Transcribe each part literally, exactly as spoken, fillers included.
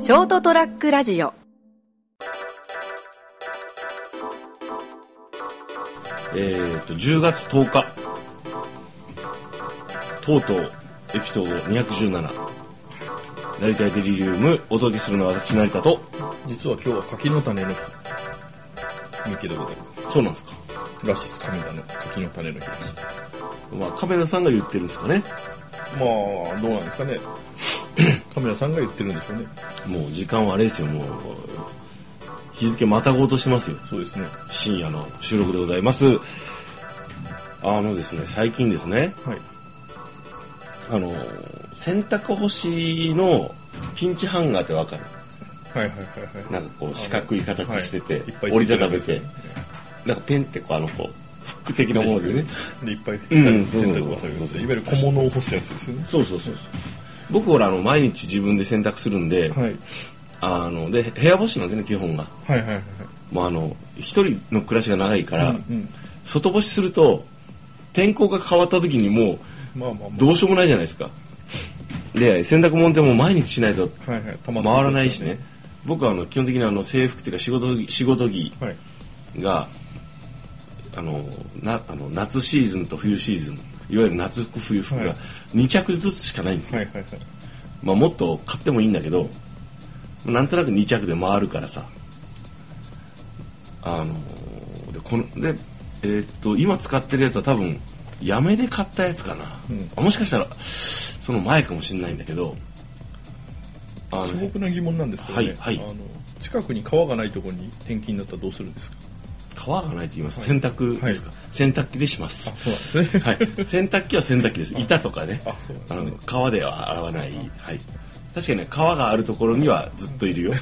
ショートトラックラジオ。 えーとじゅうがつとおか、とうとうエピソードにひゃくじゅうなな、成田デリリウム、お届けするのは私成田と。 実は今日は柿の種の日向けでございます。 そうなんですからしいです。亀田の柿の種の日らしいです。 まあ亀田さんが言ってるんですかね。 まあどうなんですかね。亀田さんが言ってるんでしょうね。 もう時間はあれですよ、もう日付またごうとしてますよ。 そうですね。 深夜の収録でございます。あのですね、最近ですね、 はい、 あの洗濯干しのピンチハンガーってわかる？ はいはいはいはい。 なんかこう四角い形してて、 はい、 折りたためて、なんかペンってこうあのこうフック的なものでね、 でいっぱい洗濯をされる、いわゆる小物を干すやつですよね。 そうそうそうそう。僕ほらあの毎日自分で洗濯するんで、はい、あので部屋干しなんですね、基本が。はいはいはい。もうあの一人の暮らしが長いから、うんうん、外干しすると天候が変わった時にもうどうしようもないじゃないですか。で洗濯物ってもう毎日しないと回らないしね。はいはい、僕はあの基本的にあの制服っていうか仕事着仕事着が、はい、あのなあの夏シーズンと冬シーズン、いわゆる夏服冬服がにちゃくずつしかないんですよ。はいはいはい。まあもっと買ってもいいんだけど、なんとなくにちゃくで回るからさ。あのでこのでえー、っと今使ってるやつは多分やめで買ったやつかな。うん、あもしかしたらその前かもしれないんだけど。 あの素朴な疑問なんですけどね。はいはい、あの近くに川がないところに転勤になったらどうするんですか？ 川がないと言います。はい、洗濯ですか、はい、洗濯機でします。 あ、そうなんですね。はい。 洗濯機は洗濯機です。板とかね。あ、そうなんですね。あの川では洗わない。はい。確かにね、川があるところにはずっといるよ。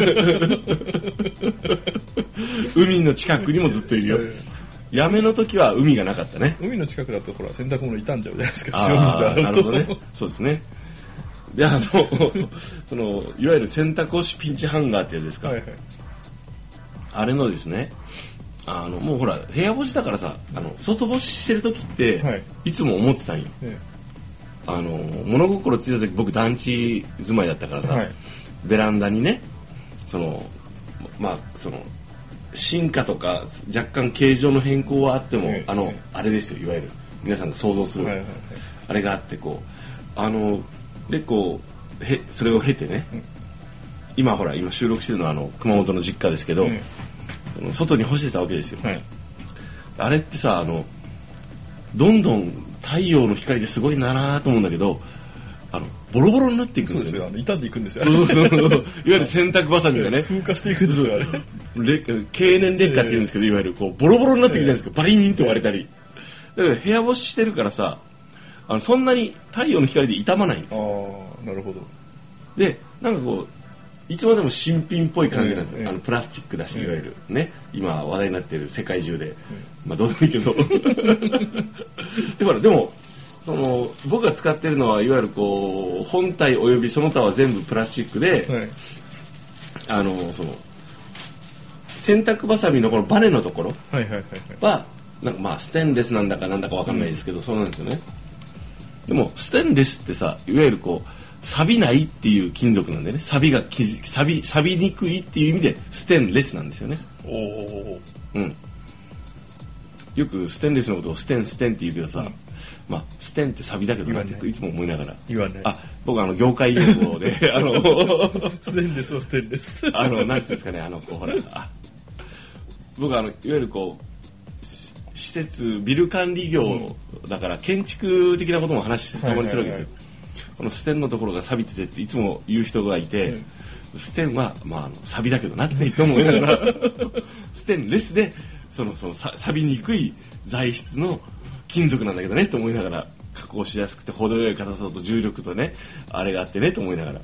海の近くにもずっといるよ。やめの時は海がなかったね。 海の近くだとほら洗濯物傷んじゃうじゃないですか。 塩水で洗うと。なるほどね。そうですね。であのそのいわゆる洗濯干しピンチハンガーってやつですか。はいはい、あれのですね。あのもうほら部屋干しだからさ、あの外干ししてる時って、はい、いつも思ってたんよ。ええ、あの物心ついた時僕団地住まいだったからさ、はい、ベランダにね、そのまあその進化とか若干形状の変更はあっても、ええ、あの、ええ、あれですよ、いわゆる皆さんが想像する、はいはいはい、あれがあってこうあのでこうへそれを経てね、うん、今ほら今収録してるのはあの熊本の実家ですけど、うん、その外に干してたわけですよ。はい、あれってさ、あのどんどん太陽の光ですごいなと思うんだけど、あのボロボロになっていくんですよね。 そうですよ、あの傷んでいくんですよ。 そうそうそういわゆる洗濯バサミがね風化していくんですよ。あれ経年劣化っていうんですけど、いわゆるこうボロボロになっていくじゃないですか。バリーンと割れたり。だから部屋干ししてるからさ、あのそんなに太陽の光で傷まないんですよ。 ああ、なるほど。 でなんかこういつまでも新品っぽい感じなんですよ。ええ、あのプラスチックだし、いわゆるね、今話題になっている世界中で、え、まあどうでもいいけどでほらでもその僕が使ってるのはいわゆるこう本体およびその他は全部プラスチックで、はい、あのその洗濯バサミのこのバネのところは、はいはいはいはい、なんかまあステンレスなんだかなんだかわかんないですけど、うん、そうなんですよね。でもステンレスってさ、いわゆるこう錆びないっていう金属なんでね、錆びが錆び錆びにくいっていう意味でステンレスなんですよね。おお、うん。よくステンレスのことをステンステンって言うけどさ、うん、まあステンって錆びだけどなっていつも思いながら。 言わない。 あ、僕あの業界用語であのステンレスはステンレス。 あのなんていうんですかね、あのこうほら、あ僕あのいわゆるこう施設ビル管理業だから建築的なことも話したまにするわけですよ。はいはいはい、このステンのところが錆びててっていつも言う人がいて、うん、ステンは、まあ、あの錆びだけどなっていつも思いながらステンレスでそのその錆びにくい材質の金属なんだけどねと思いながら、加工しやすくて程よい硬さと重力とねあれがあってねと思いながら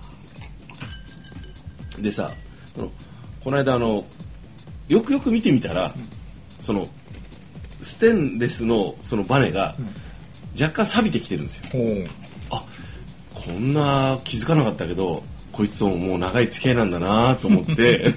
でさ、このこの間あのよくよく見てみたら、うん、そのステンレスのそのバネが若干錆びてきてるんですよ。うん、あ、こんな気づかなかったけどこいつももう長い付き合いなんだなと思って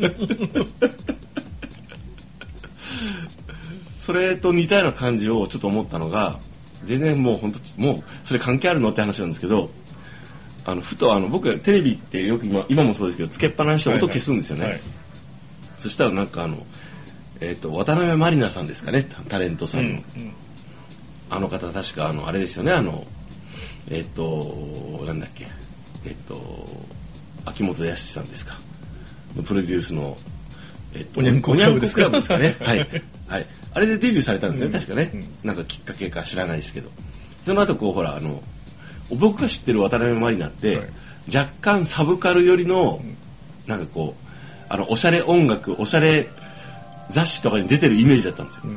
それと似たような感じをちょっと思ったのが、全然もう本当もうそれ関係あるのって話なんですけど、 あのふとあの僕テレビってよく 今, 今もそうですけどつけっぱなしで音消すんですよね、はいはい、そしたらなんかあの、えー、と渡辺満里奈さんですかね、タレントさんの、うんうん、あの方確かあのあれですよね、あのえっ、ー、となんだっけえっ、ー、と秋元康さんですかのプロデュースのえっ、ー、とおにゃんこクラブですかねはい、はい、あれでデビューされたんですね、うん、確かね、うん、なんかきっかけか知らないですけど、その後こうほらあの僕が知ってる渡辺満里奈って、はい、若干サブカル寄りの、うん、なんかこうあのおしゃれ音楽おしゃれ雑誌とかに出てるイメージだったんですよ、うん、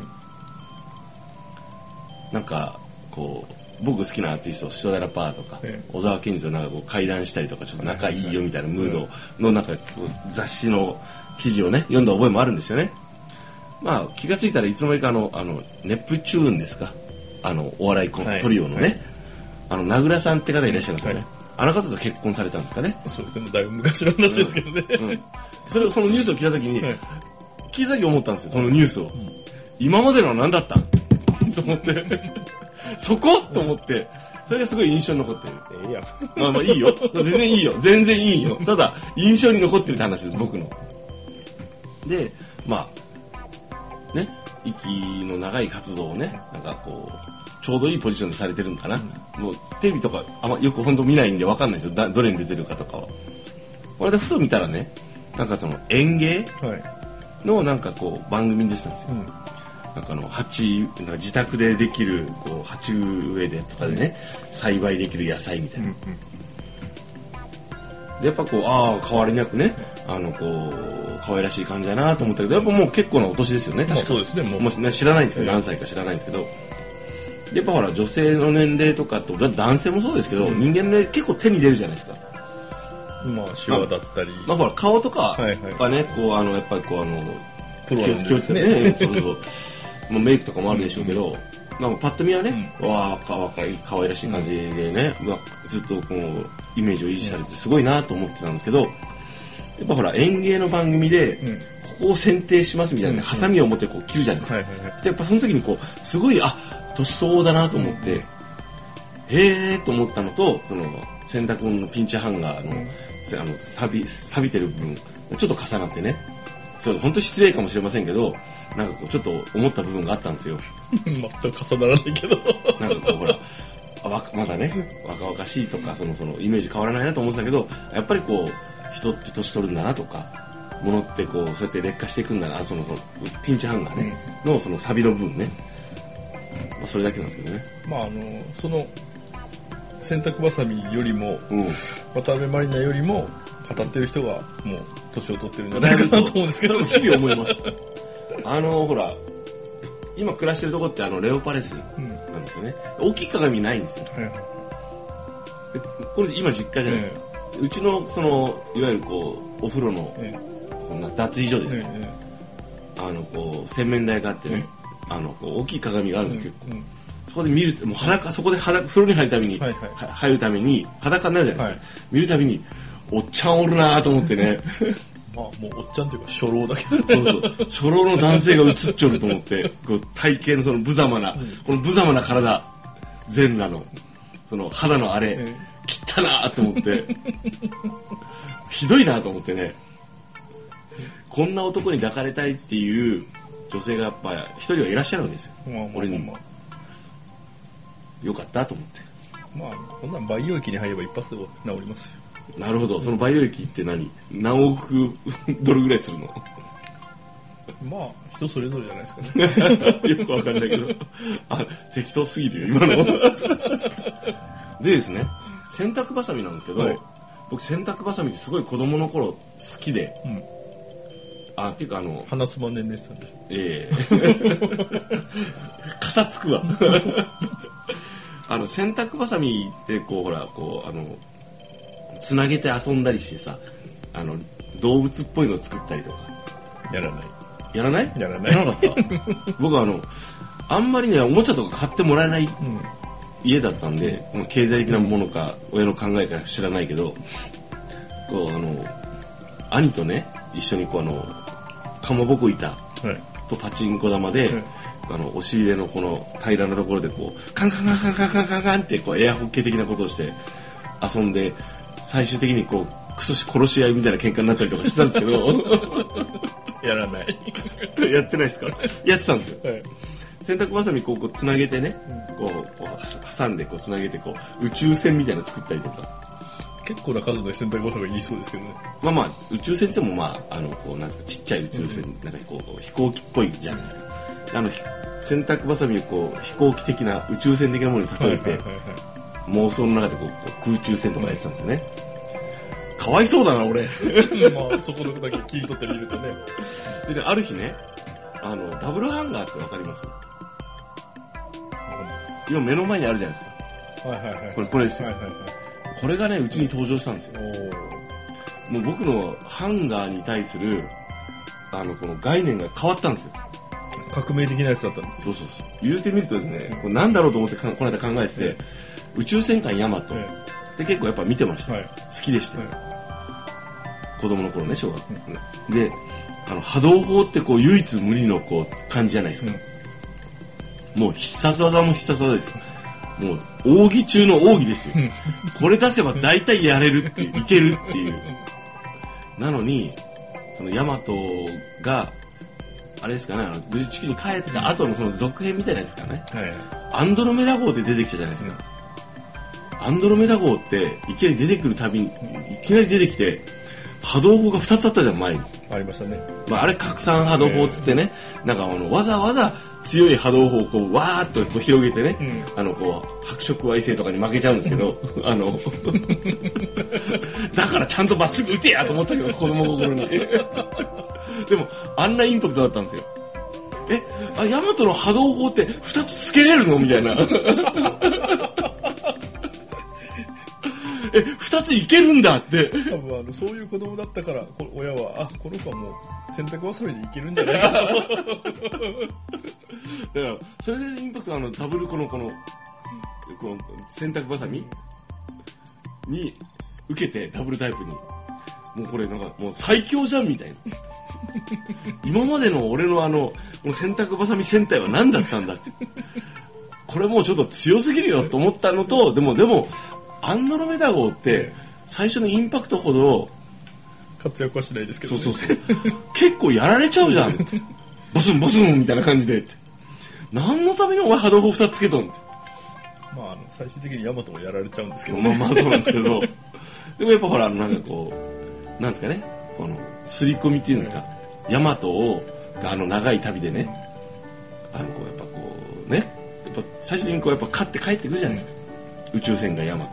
なんかこう僕好きなアーティストシソダラパーとか、ええ、小沢健二となんかこう会談したりとかちょっと仲いいよみたいなムードのなんか雑誌の記事をね読んだ覚えもあるんですよね。まあ気がついたらいつの間にかあのあのネプチューンですか、あのお笑いコン、はい、トリオのね、はい、あの名倉さんって方いらっしゃいますよね、はい、あの方と結婚されたんですかね。 そうですね、だいぶ昔の話ですけどね、うんうん、 それをそのニュースを聞いた時に、はい、聞いた時思ったんですよ、そのニュースを、うん、今までのは何だったんと思ってそこと思ってそれがすごい印象に残ってる。ええやまあまあいいよ全然いいよ全然いいよ、ただ印象に残ってるって話です僕の。でまあね息の長い活動をねなんかこうちょうどいいポジションでされてるのかな、うん、もうテレビとかあんまよく本当見ないんで分かんないですよ、だどれに出てるかとかは。これでふと見たらねなんかその園芸のなんかこう番組でしたんですよ、うん、なんかあの鉢なんか自宅でできるこう鉢植えでとかでね栽培できる野菜みたいな、うんうん、でやっぱこうああ変わりなくねあのこう可愛らしい感じだなと思ったけどやっぱもう結構なお年ですよね確か、まあ、そうですねもうもう、ね、知らないんですけど、えー、何歳か知らないんですけどやっぱほら女性の年齢とかと男性もそうですけど、うん、人間の年齢結構手に出るじゃないですか。 まあシワだったりまあほら顔とかはね、はいはい、こうあのやっぱりこうあのプロなんですね、ねそうそうもうメイクとかもあるでしょうけど、うん、なんかパッと見はね、うん、わあかわいい可愛らしい感じでね、うん、ずっとこうイメージを維持されてすごいなと思ってたんですけど、やっぱほら園芸の番組で、うん、ここを剪定しますみたいな、ね、ハサミを持ってこう切るじゃないですか、はいはいはい、やっぱその時にこうすごいあ年相応だなと思って、うん、へえと思ったのとその洗濯物のピンチハンガーの、うん、あの錆び、錆びてる部分ちょっと重なってねちょっと本当失礼かもしれませんけどなんかこうちょっと思った部分があったんですよ全く重ならないけどなんかこうほらあまだね若々しいとかそのそのイメージ変わらないなと思ってたけどやっぱりこう人って年取るんだなとか物ってこうそうやって劣化していくんだなそのそのピンチハンガーね、うん、のその錆びの部分ね、まあ、それだけなんですけどね。 まああのその洗濯バサミよりも、うん、渡辺満里奈よりも語ってる人がもう年を取ってるんじゃないかなと思うんですけど日々思いますあのほら今暮らしてるとこってあのレオパレスなんですよね、うん、大きい鏡ないんですよ、はいはい、でこれ今実家じゃないですか、えー、うちのそのいわゆるこうお風呂の、えー、そんな脱衣所ですよ、えー、あのこう洗面台があってね、えー、あのこう大きい鏡があるんです、うん、結構、うんそこで見るもう裸そこで裸風呂に入るために、はいはい、入るために裸になるじゃないですか、はい、見るたびにおっちゃんおるなと思ってねまあもうおっちゃんというか初老だけどそうそう初老の男性が映っちょると思ってこう体型のその無様な、うん、この無様な体全裸のその肌のあれ、えー、切ったなと思ってひどいなと思ってねこんな男に抱かれたいっていう女性がやっぱ一人はいらっしゃるわけですよ、まあまあまあ、俺にもよかったと思ってまあこんなん培養液に入れば一発で治りますよ。 なるほどその培養液って何何億ドルぐらいするのまあ人それぞれじゃないですかねよくわかんないけどあ適当すぎるよ今のでですね洗濯バサミなんですけど、はい、僕洗濯バサミってすごい子供の頃好きで、うん、あっていうかあの鼻つまんで寝てたんですええ肩つくわあの洗濯バサミってこうほらこうあのつなげて遊んだりしてさあの動物っぽいのを作ったりとかやらないやらないやらないやらなかった僕はあのあんまりねおもちゃとか買ってもらえない家だったんで、うん、経済的なものか親の考えか知らないけどこうあの兄とね一緒にこうあのかまぼこ板とパチンコ玉で、はいはいあの押し入れのこの平らなところでこうカンカンカンカンカンカンカンカンってこうエアホッケー的なことをして遊んで最終的にこうクソし殺し合いみたいな喧嘩になったりとかしてたんですけどやらないやってないですか？やってたんですよ、はい、洗濯バサミこうこうつなげてね、うん、こうこう挟んでこうつなげてこう宇宙船みたいなの作ったりとか。 結構な数の洗濯バサミが言いそうですけどね。 まあまあ宇宙船ってもまああのこうなんですかちっちゃい宇宙船、うん、なんかこう飛行機っぽいじゃないですか。あの洗濯バサミをこう飛行機的な宇宙船的なものに例えて、はいはいはいはい、妄想の中でこうこう空中戦とかやってたんですよね、うん、かわいそうだな俺まあそこだけ切り取ってみるとね。 でねある日ねあのダブルハンガーってわかります？今目の前にあるじゃないですか、はいはいはい、これこれですよ、はいはいはい、これがねうちに登場したんですよ。もう僕のハンガーに対するあのこの概念が変わったんですよ。 革命的なやつだったんです。 そうそうそう。言うてみるとですね、これなんだろうと思ってこの間考えてて、宇宙戦艦ヤマトで結構やっぱ見てました、はい、好きでした、はい、子供の頃ね小学校、うん、であの波動砲ってこう唯一無二のこう感じじゃないですか、うん、もう必殺技も必殺技ですよ。もう奥義中の奥義ですよこれ出せば大体やれるっていけるっていうなのにそのヤマトがあれですかね、あの無事地球に帰った後のその続編みたいなやつですかね、はい、アンドロメダ号って出てきたじゃないですか、うん、アンドロメダ号っていきなり出てくるたびにいきなり出てきて波動砲がふたつあったじゃん前に。 ありましたね、 まあ、あれ拡散波動砲っつってね、えー、なんかあのわざわざ強い波動砲をこうわーっとこう広げてね、うん、あのこう白色矮星とかに負けちゃうんですけど、うん、あのだからちゃんとまっすぐ撃てやと思ったけど子供心にでもあんなインパクトだったんですよ。え、あヤマトの波動砲ってふたつつけれるのみたいなえふたついけるんだって多分あのそういう子供だったから親はあこの子はもう洗濯バサミでいけるんじゃないかとだからそれでインパクトあのダブルこのこのこの洗濯バサミに受けてダブルタイプにもうこれなんかもう最強じゃんみたいな今までの俺のあのこの洗濯バサミ戦隊は何だったんだってこれもうちょっと強すぎるよと思ったのとでもでもアンドロメダ号って最初のインパクトほど活躍はしないですけど、ね、 そうそうそう結構やられちゃうじゃんってボスンボスンみたいな感じでって何のためにお前波動砲ふたつつけとんって、 まあ、あの最終的にヤマトもやられちゃうんですけど、 ね、まあまあそうなんですけどでもやっぱほらなんかこうなんですかねこの刷り込みっていうんですか、うん、ヤマトをあの長い旅でねあのこうやっぱこうねやっぱ最終的にこうやっぱ勝って帰ってくるじゃないですか、うん、宇宙船がヤマト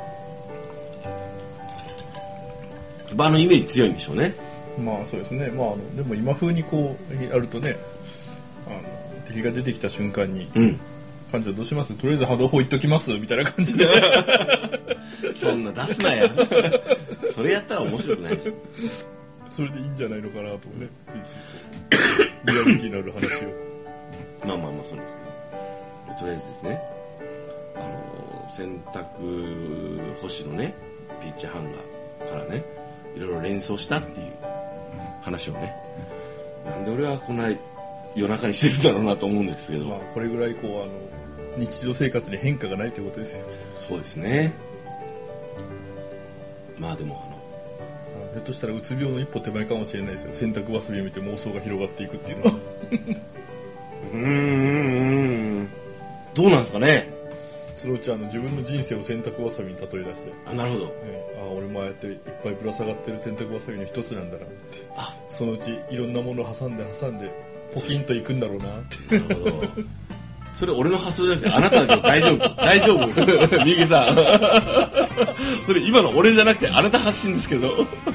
あのイメージ強いんでしょうね。 まあそうですね。まああのでも今風にこうやるとね、あの敵が出てきた瞬間に、うん、艦長どうします？とりあえず波動砲言っときますみたいな感じで。 そんな出すなや。それやったら面白くない。 それでいいんじゃないのかなとね、ついついリアリティのある話を。 まあまあまあそうですけど、とりあえずですね、あの洗濯干しのねピッチハンガーからね。いろいろ連想したっていう話をねなんで俺はこんな夜中にしてるんだろうなと思うんですけど、 まあ、これぐらいこうあの日常生活に変化がないということですよ。 そうですね。まあでもあのあひょっとしたらうつ病の一歩手前かもしれないですよ。洗濯バサミを見て妄想が広がっていくっていうのはうーんどうなんですかね。 そのうちあの自分の人生を洗濯バサミに例え出してあなるほど、 えー、あ俺もああやっていっぱいぶら下がってる洗濯バサミの一つなんだなってあそのうちいろんなものを挟んで挟んでポキンといくんだろうなってなるほどそれ俺の発想じゃなくてあなただけど大丈夫大丈夫右さんそれ今の俺じゃなくてあなた発信ですけど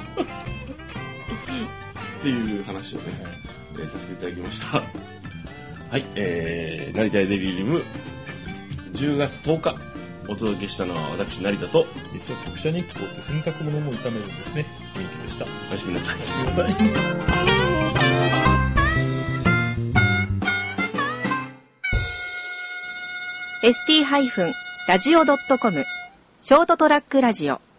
っていう話をね、はい、させていただきましたはい、えー、成田エデリリムじゅうがつとおかお届けしたのは私成田と実は直射日光って洗濯物も傷めるんですね。元気でした。 おやすみなさい。 おやすみなさい。 エスティー ラジオ ドットコム ショートトラックラジオ